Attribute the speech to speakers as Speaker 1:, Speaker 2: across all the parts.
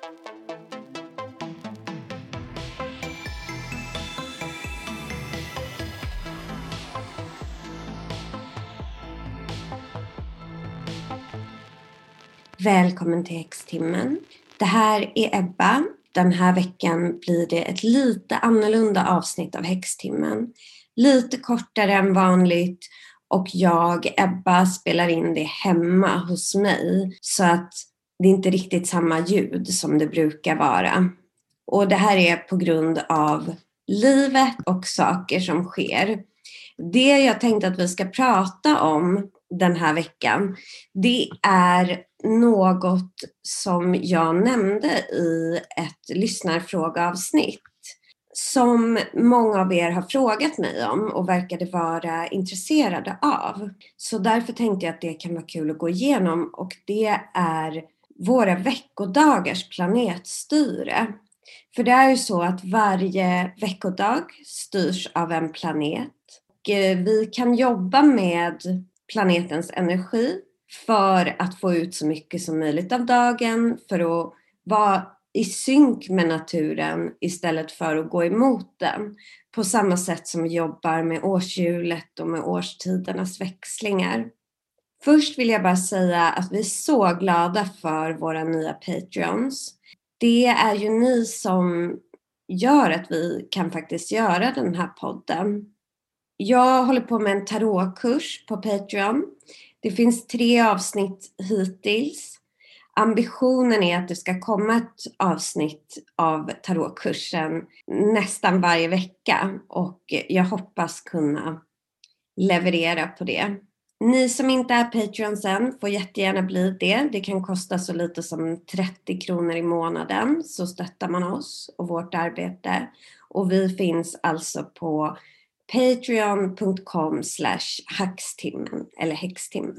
Speaker 1: Välkommen till Häxtimmen. Det här är Ebba. Den här veckan blir det ett lite annorlunda avsnitt av Häxtimmen. Lite kortare än vanligt och jag, Ebba, spelar in det hemma hos mig. Så att det är inte riktigt samma ljud som det brukar vara. Och det här är på grund av livet och saker som sker. Det jag tänkte att vi ska prata om den här veckan, det är något som jag nämnde i ett lyssnarfrågeavsnitt som många av er har frågat mig om och verkade vara intresserade av. Så därför tänkte jag att det kan vara kul att gå igenom, och det är våra veckodagars planetstyre. För det är ju så att varje veckodag styrs av en planet. Vi kan jobba med planetens energi för att få ut så mycket som möjligt av dagen, för att vara i synk med naturen istället för att gå emot den. På samma sätt som vi jobbar med årshjulet och med årstidernas växlingar. Först vill jag bara säga att vi är så glada för våra nya Patreons. Det är ju ni som gör att vi kan faktiskt göra den här podden. Jag håller på med en tarotkurs på Patreon. Det finns 3 avsnitt hittills. Ambitionen är att det ska komma ett avsnitt av tarotkursen nästan varje vecka. Och jag hoppas kunna leverera på det. Ni som inte är Patreons än får jättegärna bli det. Det kan kosta så lite som 30 kronor i månaden. Så stöttar man oss och vårt arbete. Och vi finns alltså på patreon.com/hackstimmen eller häxtimmen.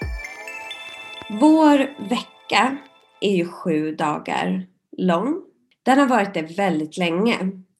Speaker 1: Vår vecka är ju 7 dagar lång. Den har varit det väldigt länge.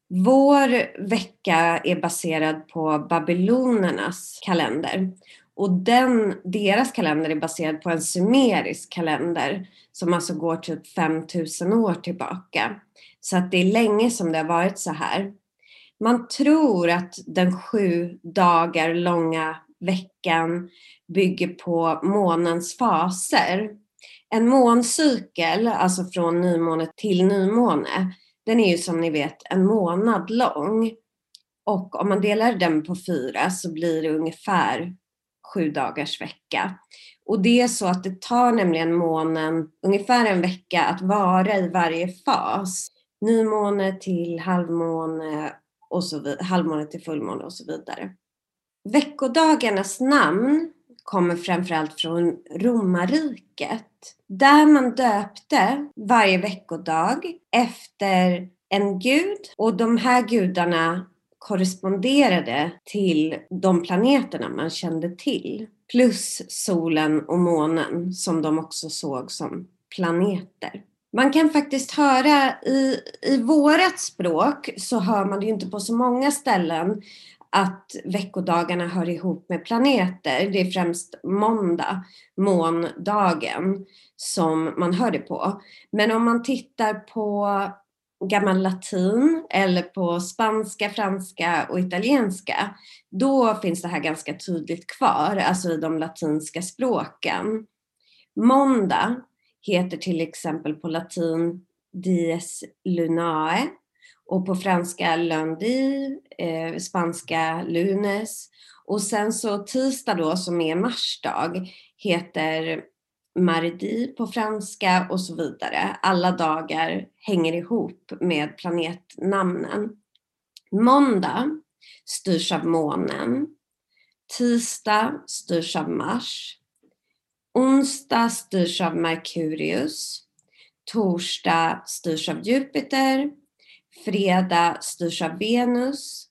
Speaker 1: Vår vecka är baserad på babylonernas kalender. Och deras kalender är baserad på en sumerisk kalender som alltså går typ 5000 år tillbaka. Så att det är länge som det har varit så här. Man tror att den 7 dagar långa veckan bygger på månens faser. En måncykel, alltså från nymåne till nymåne, den är ju som ni vet en månad lång. Och om man delar den på 4 så blir det ungefär 7 dagars vecka. Och det är så att det tar nämligen månen ungefär en vecka att vara i varje fas. Nymåne till halvmåne och så vidare, halvmåne till fullmåne och så vidare. Veckodagarnas namn kommer framförallt från romarriket, där man döpte varje veckodag efter en gud, och de här gudarna korresponderade till de planeterna man kände till, plus solen och månen som de också såg som planeter. Man kan faktiskt höra i vårat språk, så hör man det ju inte på så många ställen att veckodagarna hör ihop med planeter. Det är främst måndag, måndagen, som man hör det på. Men om man tittar på gammal latin eller på spanska, franska och italienska, då finns det här ganska tydligt kvar, alltså i de latinska språken. Måndag heter till exempel på latin dies lunae, och på franska lundi, spanska lunes. Och sen så tisdag då, som är marsdag, heter mardi på franska och så vidare. Alla dagar hänger ihop med planetnamnen. Måndag styrs av månen. Tisdag styrs av Mars. Onsdag styrs av Merkurius. Torsdag styrs av Jupiter. Fredag styrs av Venus.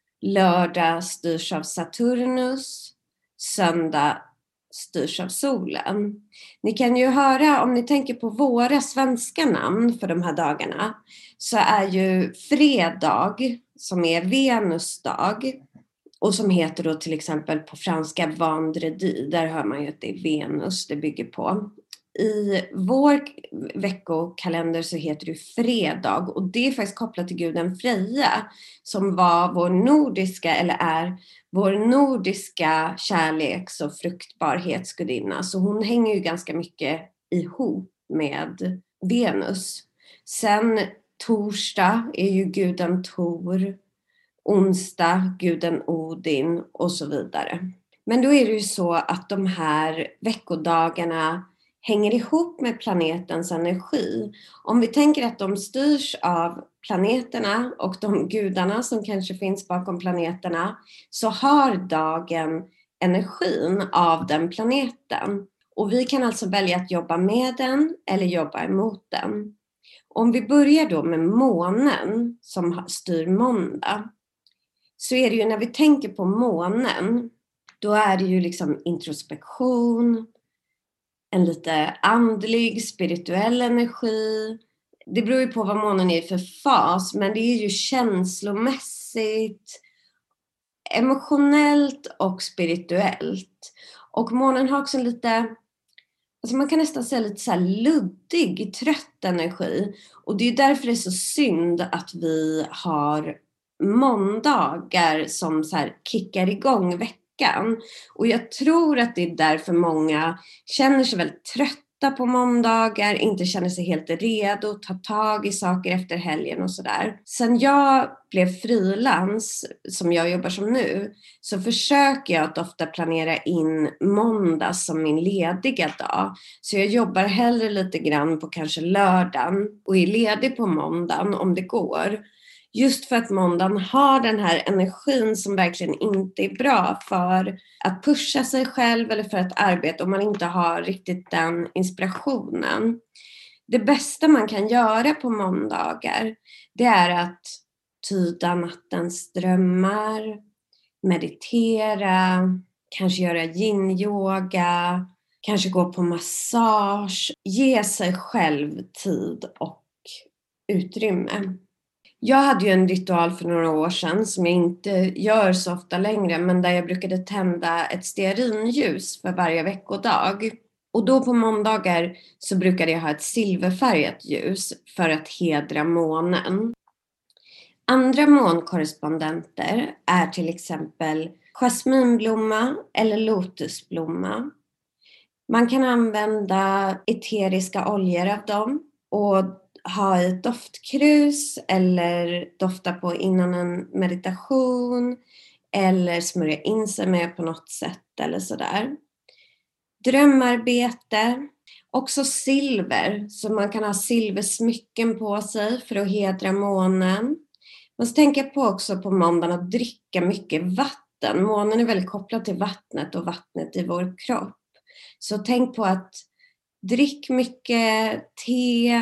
Speaker 1: Lördag styrs av Saturnus. Söndag styrs av solen. Ni kan ju höra, om ni tänker på våra svenska namn för de här dagarna, så är ju fredag, som är Venus dag, och som heter då till exempel på franska vendredi, där hör man ju att det är Venus det bygger på. i vår veckokalender så heter det fredag, och det är faktiskt kopplat till guden Freja som var vår nordiska, eller är vår nordiska kärleks- och fruktbarhetsgudinna. Så hon hänger ju ganska mycket ihop med Venus. Sen torsdag är ju guden Tor, onsdag guden Odin och så vidare. Men då är det ju så att de här veckodagarna hänger ihop med planetens energi. Om vi tänker att de styrs av planeterna och de gudarna som kanske finns bakom planeterna, så har dagen energin av den planeten. Och vi kan alltså välja att jobba med den eller jobba emot den. Om vi börjar då med månen som styr måndag, så är det ju när vi tänker på månen, då är det ju liksom introspektion, en lite andlig, spirituell energi. Det beror ju på vad månen är för fas, men det är ju känslomässigt, emotionellt och spirituellt. Och månen har också lite, alltså man kan nästan säga lite så här luddig, trött energi. Och det är därför det är så synd att vi har måndagar som så här kickar igång veckan. Och jag tror att det är därför många känner sig väldigt trötta på måndagar, inte känner sig helt redo att ta tag i saker efter helgen och sådär. Sen jag blev frilans, som jag jobbar som nu, så försöker jag att ofta planera in måndag som min lediga dag. Så jag jobbar hellre lite grann på kanske lördagen och är ledig på måndagen om det går. Just för att måndagen har den här energin som verkligen inte är bra för att pusha sig själv eller för att arbeta om man inte har riktigt den inspirationen. Det bästa man kan göra på måndagar, det är att tyda nattens drömmar, meditera, kanske göra yin-yoga, kanske gå på massage, ge sig själv tid och utrymme. Jag hade ju en ritual för några år sedan som jag inte gör så ofta längre, men där jag brukade tända ett stearinljus för varje veckodag. Och då på måndagar så brukade jag ha ett silverfärgat ljus för att hedra månen. Andra månkorrespondenter är till exempel jasminblomma eller lotusblomma. Man kan använda eteriska oljor av dem och ha i ett doftkrus eller dofta på innan en meditation eller smörja in sig med på något sätt eller sådär. Drömarbete, också silver, så man kan ha silversmycken på sig för att hedra månen. Man ska tänka på också på måndagen att dricka mycket vatten. Månen är väldigt kopplad till vattnet och vattnet i vår kropp. Så tänk på att drick mycket te,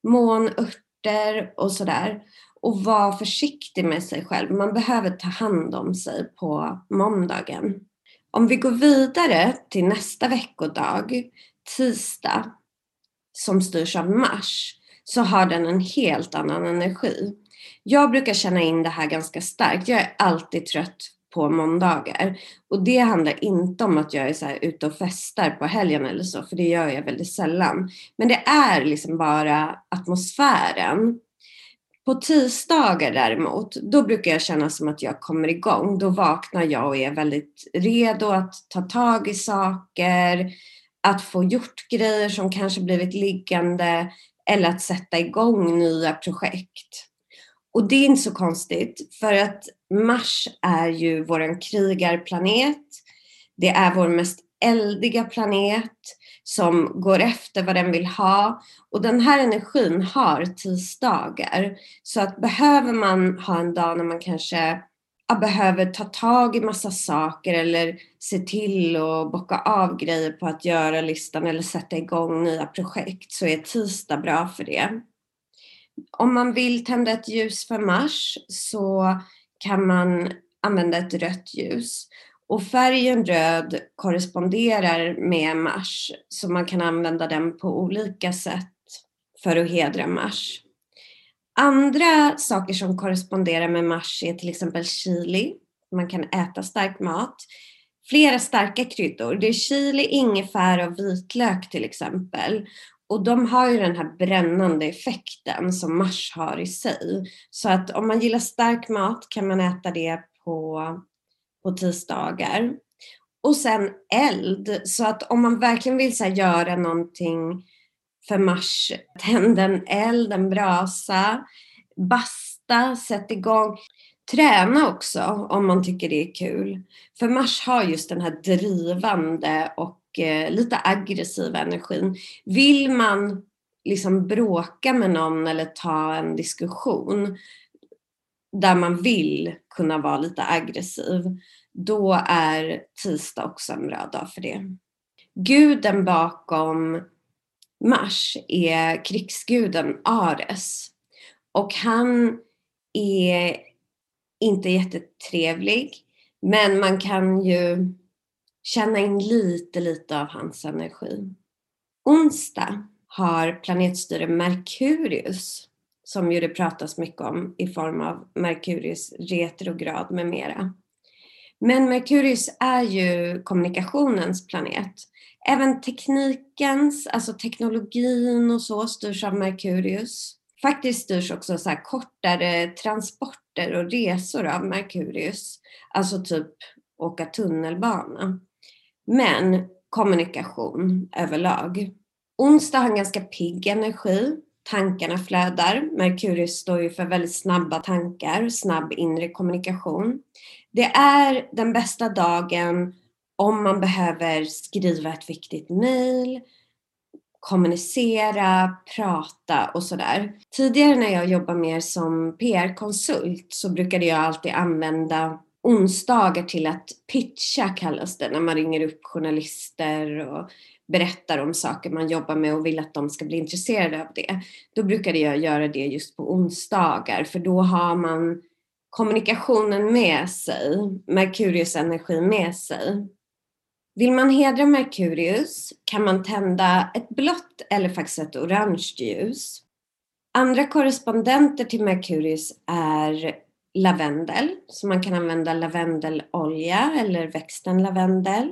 Speaker 1: månörter och sådär. Och var försiktig med sig själv. Man behöver ta hand om sig på måndagen. Om vi går vidare till nästa veckodag, tisdag, som styrs av Mars, så har den en helt annan energi. Jag brukar känna in det här ganska starkt. Jag är alltid trött på måndagar. Och det handlar inte om att jag är så här ute och festar på helgen eller så, för det gör jag väldigt sällan. Men det är liksom bara atmosfären. På tisdagar däremot, då brukar jag känna som att jag kommer igång. Då vaknar jag och är väldigt redo att ta tag i saker, att få gjort grejer som kanske blivit liggande eller att sätta igång nya projekt. Och det är inte så konstigt, för att Mars är ju våran krigarplanet. Det är vår mest eldiga planet som går efter vad den vill ha. Och den här energin har tisdagar. Så att behöver man ha en dag när man kanske behöver ta tag i massa saker eller se till att bocka av grejer på att göra listan eller sätta igång nya projekt, så är tisdag bra för det. Om man vill tända ett ljus för Mars så kan man använda ett rött ljus. Och färgen röd korresponderar med Mars, så man kan använda den på olika sätt för att hedra Mars. Andra saker som korresponderar med Mars är till exempel chili. Man kan äta stark mat. flera starka kryddor. Det är chili, ingefära och vitlök till exempel. Och de har ju den här brännande effekten som mars har i sig. Så att om man gillar stark mat kan man äta det på tisdagar. Och sen eld. Så att om man verkligen vill så här, göra någonting för mars, tänd en eld, en brasa, basta, sätt igång. Träna också om man tycker det är kul. För mars har just den här drivande och lite aggressiva energin. Vill man liksom bråka med någon eller ta en diskussion där man vill kunna vara lite aggressiv, då är tisdag också en bra dag för det. Guden bakom mars är krigsguden Ares. Och han är inte jättetrevlig, men man kan ju känna in lite av hans energi. Onsdag har planetstyre Merkurius, som ju det pratas mycket om i form av Merkurius retrograd med mera. Men Merkurius är ju kommunikationens planet. Även teknikens, alltså teknologin och så, styrs av Merkurius. Faktiskt styrs också så här kortare transporter och resor av Merkurius. Alltså typ åka tunnelbana. Men kommunikation överlag. Onsdag har en ganska pigg energi. Tankarna flödar. Merkurius står ju för väldigt snabba tankar, snabb inre kommunikation. Det är den bästa dagen om man behöver skriva ett viktigt mejl, kommunicera, prata och sådär. Tidigare när jag jobbade mer som PR-konsult så brukade jag alltid använda onsdagar till att pitcha, kallas det, när man ringer upp journalister och berättar om saker man jobbar med och vill att de ska bli intresserade av det. Då brukade jag göra det just på onsdagar, för då har man kommunikationen med sig, Merkurius energi med sig. Vill man hedra Merkurius kan man tända ett blått eller faktiskt ett orange ljus. Andra korrespondenter till Merkurius är lavendel, så man kan använda lavendelolja eller växten lavendel.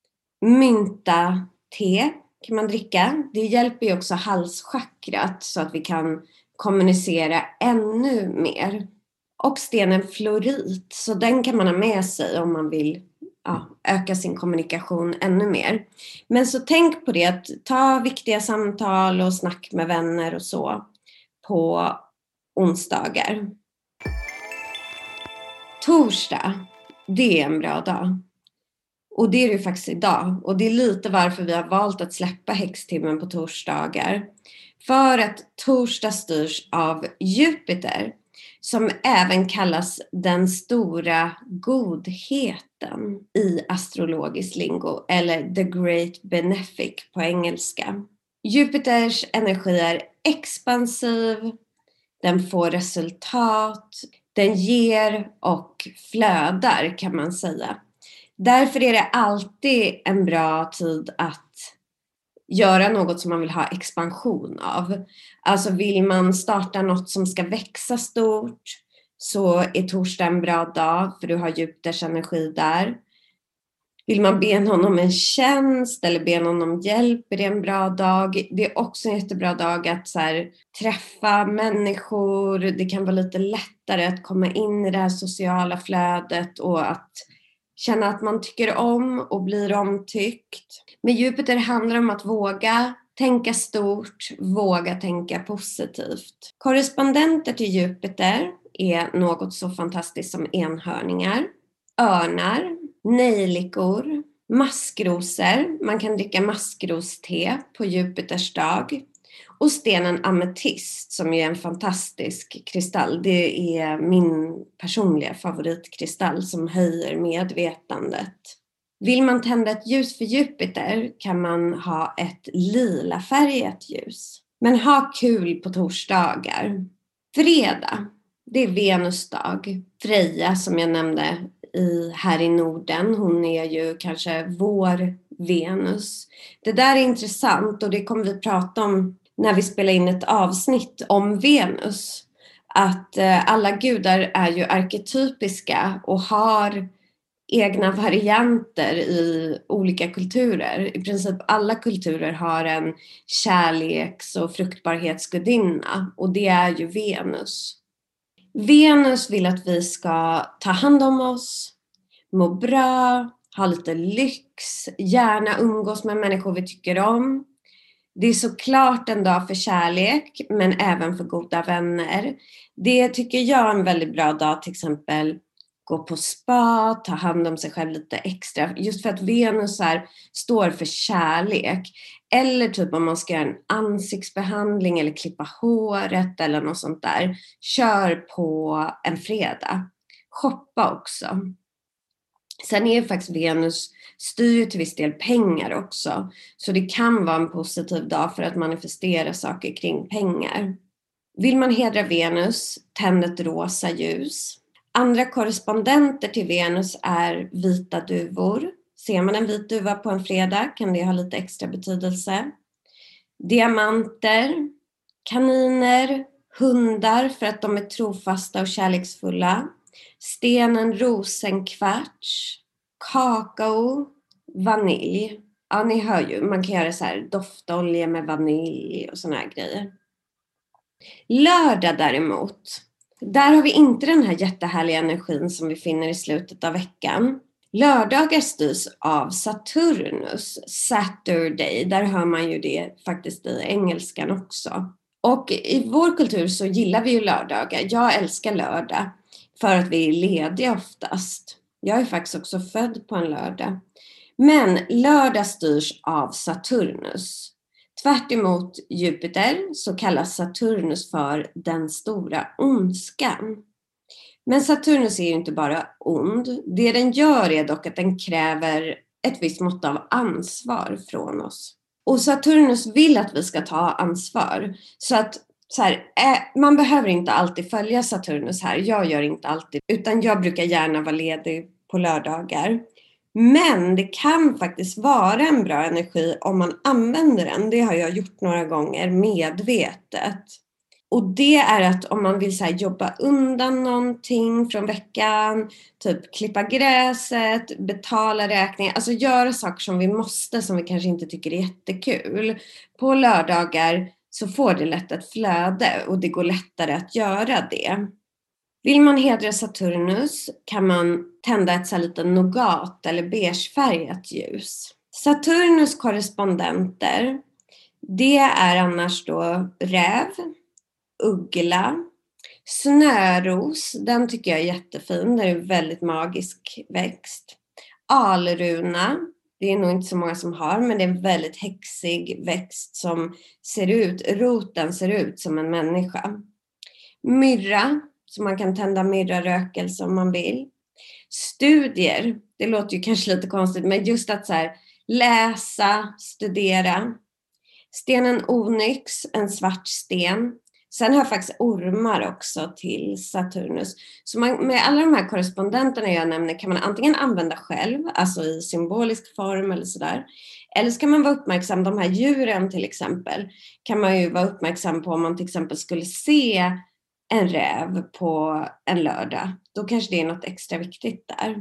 Speaker 1: Mynta te kan man dricka. Det hjälper ju också halschakrat så att vi kan kommunicera ännu mer. Och stenen florit, så den kan man ha med sig om man vill öka sin kommunikation ännu mer. Men så tänk på det, att ta viktiga samtal och snack med vänner och så på onsdagar. Torsdag, det är en bra dag. Och det är det faktiskt idag. Och det är lite varför vi har valt att släppa häxtimmen på torsdagar. För att torsdag styrs av Jupiter, som även kallas den stora godheten i astrologisk lingo, eller the great benefic på engelska. Jupiters energi är expansiv, den får resultat, den ger och flödar, kan man säga. Därför är det alltid en bra tid att göra något som man vill ha expansion av. Alltså vill man starta något som ska växa stort, så är torsdag en bra dag, för du har Jupiters energi där. Vill man be någon om en tjänst eller be någon om hjälp, är det en bra dag. Det är också en jättebra dag att så här, träffa människor. Det kan vara lite lättare att komma in i det här sociala flödet och att känna att man tycker om och blir omtyckt. Med Jupiter handlar det om att våga tänka stort, våga tänka positivt. Korrespondenter till Jupiter är något så fantastiskt som enhörningar, örnar, nejlikor, maskrosor. Man kan dricka maskroste på Jupiters dag. Och stenen ametist, som är en fantastisk kristall. Det är min personliga favoritkristall som höjer medvetandet. Vill man tända ett ljus för Jupiter kan man ha ett lila färgat ljus. Men ha kul på torsdagar. Fredag, det är Venus dag. Freja, som jag nämnde här i Norden, hon är ju kanske vår Venus. Det där är intressant och det kommer vi prata om när vi spelar in ett avsnitt om Venus. Att alla gudar är ju arketypiska och har egna varianter i olika kulturer. I princip alla kulturer har en kärleks- och fruktbarhetsgudinna, och det är ju Venus. Venus vill att vi ska ta hand om oss, må bra, ha lite lyx, gärna umgås med människor vi tycker om. Det är såklart en dag för kärlek, men även för goda vänner. Det tycker jag är en väldigt bra dag, till exempel gå på spa, ta hand om sig själv lite extra. Just för att Venus står för kärlek. Eller typ om man ska göra en ansiktsbehandling eller klippa håret eller något sånt där. Kör på en fredag. Shoppa också. Sen är faktiskt Venus styr till viss del pengar också. Så det kan vara en positiv dag för att manifestera saker kring pengar. Vill man hedra Venus, tänd ett rosa ljus. Andra korrespondenter till Venus är vita duvor. Ser man en vit duva på en fredag kan det ha lite extra betydelse. Diamanter, kaniner, hundar för att de är trofasta och kärleksfulla. Stenen rosenkvarts, kakao, vanilj. Ja, ni hör ju, man kan göra så här doftolja med vanilj och såna här grejer. Lördag däremot, där har vi inte den här jättehärliga energin som vi finner i slutet av veckan. Lördagar styrs av Saturnus, Saturday, där hör man ju det faktiskt i engelskan också. Och i vår kultur så gillar vi ju lördagar. Jag älskar lördag för att vi är lediga oftast. Jag är faktiskt också född på en lördag. Men lördag styrs av Saturnus. Tvärt emot Jupiter så kallas Saturnus för den stora ondskan. Men Saturnus är ju inte bara ond. Det den gör är dock att den kräver ett visst mått av ansvar från oss. Och Saturnus vill att vi ska ta ansvar. Så att man behöver inte alltid följa Saturnus här. Jag gör inte alltid. Utan jag brukar gärna vara ledig på lördagar. Men det kan faktiskt vara en bra energi om man använder den. Det har jag gjort några gånger medvetet. Och det är att om man vill jobba undan någonting från veckan, typ klippa gräset, betala räkningar, alltså göra saker som vi måste som vi kanske inte tycker är jättekul. På lördagar så får det lätt ett flöde och det går lättare att göra det. Vill man hedra Saturnus kan man tända ett lite nougat eller beigefärgat ljus. Saturnus korrespondenter, det är annars då räv, uggla, snöros, den tycker jag är jättefin, det är en väldigt magisk växt. Alruna, det är nog inte så många som har, men det är en väldigt häxig växt som roten ser ut som en människa. Myrra, så man kan tända myrrarökelse om man vill. Studier, det låter ju kanske lite konstigt, men just att läsa, studera. Stenen onyx, en svart sten. Sen har faktiskt ormar också till Saturnus. Så med alla de här korrespondenterna jag nämner kan man antingen använda själv, alltså i symbolisk form eller sådär. Eller ska man vara uppmärksam, de här djuren till exempel, kan man ju vara uppmärksam på om man till exempel skulle se en räv på en lördag. Då kanske det är något extra viktigt där.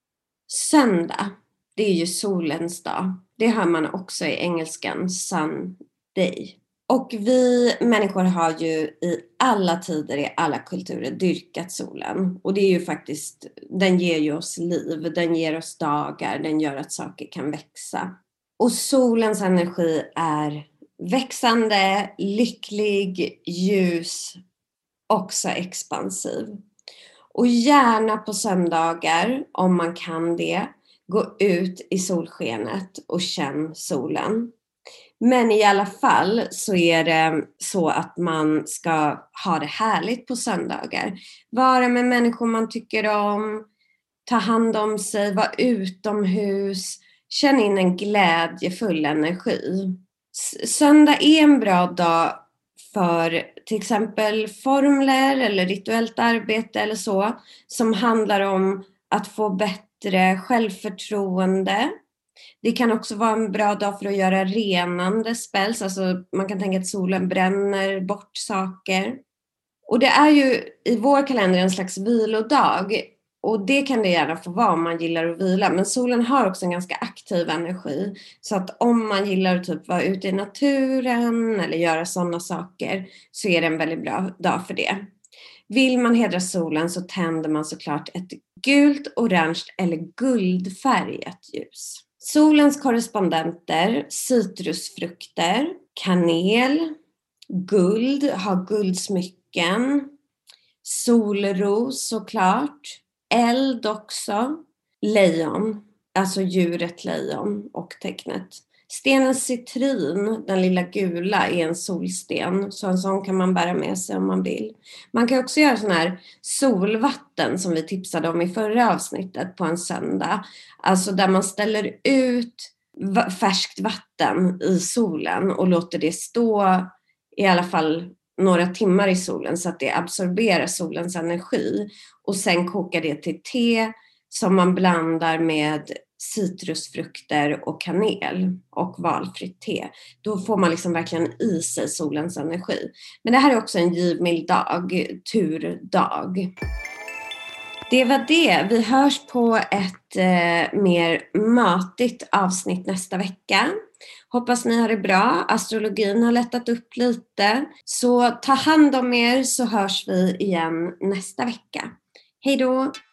Speaker 1: Söndag, det är ju solens dag. Det hör man också i engelskan, Sunday. Och vi människor har ju i alla tider, i alla kulturer dyrkat solen. Och det är ju faktiskt, den ger ju oss liv, den ger oss dagar, den gör att saker kan växa. Och solens energi är växande, lycklig, ljus, också expansiv. Och gärna på söndagar, om man kan det, gå ut i solskenet och känn solen. Men i alla fall så är det så att man ska ha det härligt på söndagar. Vara med människor man tycker om, ta hand om sig, vara utomhus, känn in en glädjefull energi. Söndag är en bra dag för till exempel formler eller rituellt arbete eller så, som handlar om att få bättre självförtroende. Det kan också vara en bra dag för att göra renande spells, alltså man kan tänka att solen bränner bort saker. Och det är ju i vår kalender en slags vilodag. Och det kan det gärna få vara om man gillar att vila. Men solen har också en ganska aktiv energi. Så att om man gillar att typ vara ute i naturen eller göra sådana saker så är det en väldigt bra dag för det. Vill man hedra solen så tänder man såklart ett gult, orange eller guldfärgat ljus. Solens korrespondenter, citrusfrukter, kanel, guld, har guldsmycken, solros såklart, eld också, lejon, alltså djuret lejon och tecknet. Stenen citrin, den lilla gula, är en solsten. Så en sån kan man bära med sig om man vill. Man kan också göra sån här solvatten som vi tipsade om i förra avsnittet på en söndag. Alltså där man ställer ut färskt vatten i solen och låter det stå i alla fall några timmar i solen så att det absorberar solens energi. Och sen kokar det till te som man blandar med citrusfrukter och kanel och valfritt te. Då får man liksom verkligen i sig solens energi. Men det här är också en givmild dag, turdag. Det var det. Vi hörs på ett mer matigt avsnitt nästa vecka. Hoppas ni har det bra. Astrologin har lättat upp lite. Så ta hand om er så hörs vi igen nästa vecka. Hej då!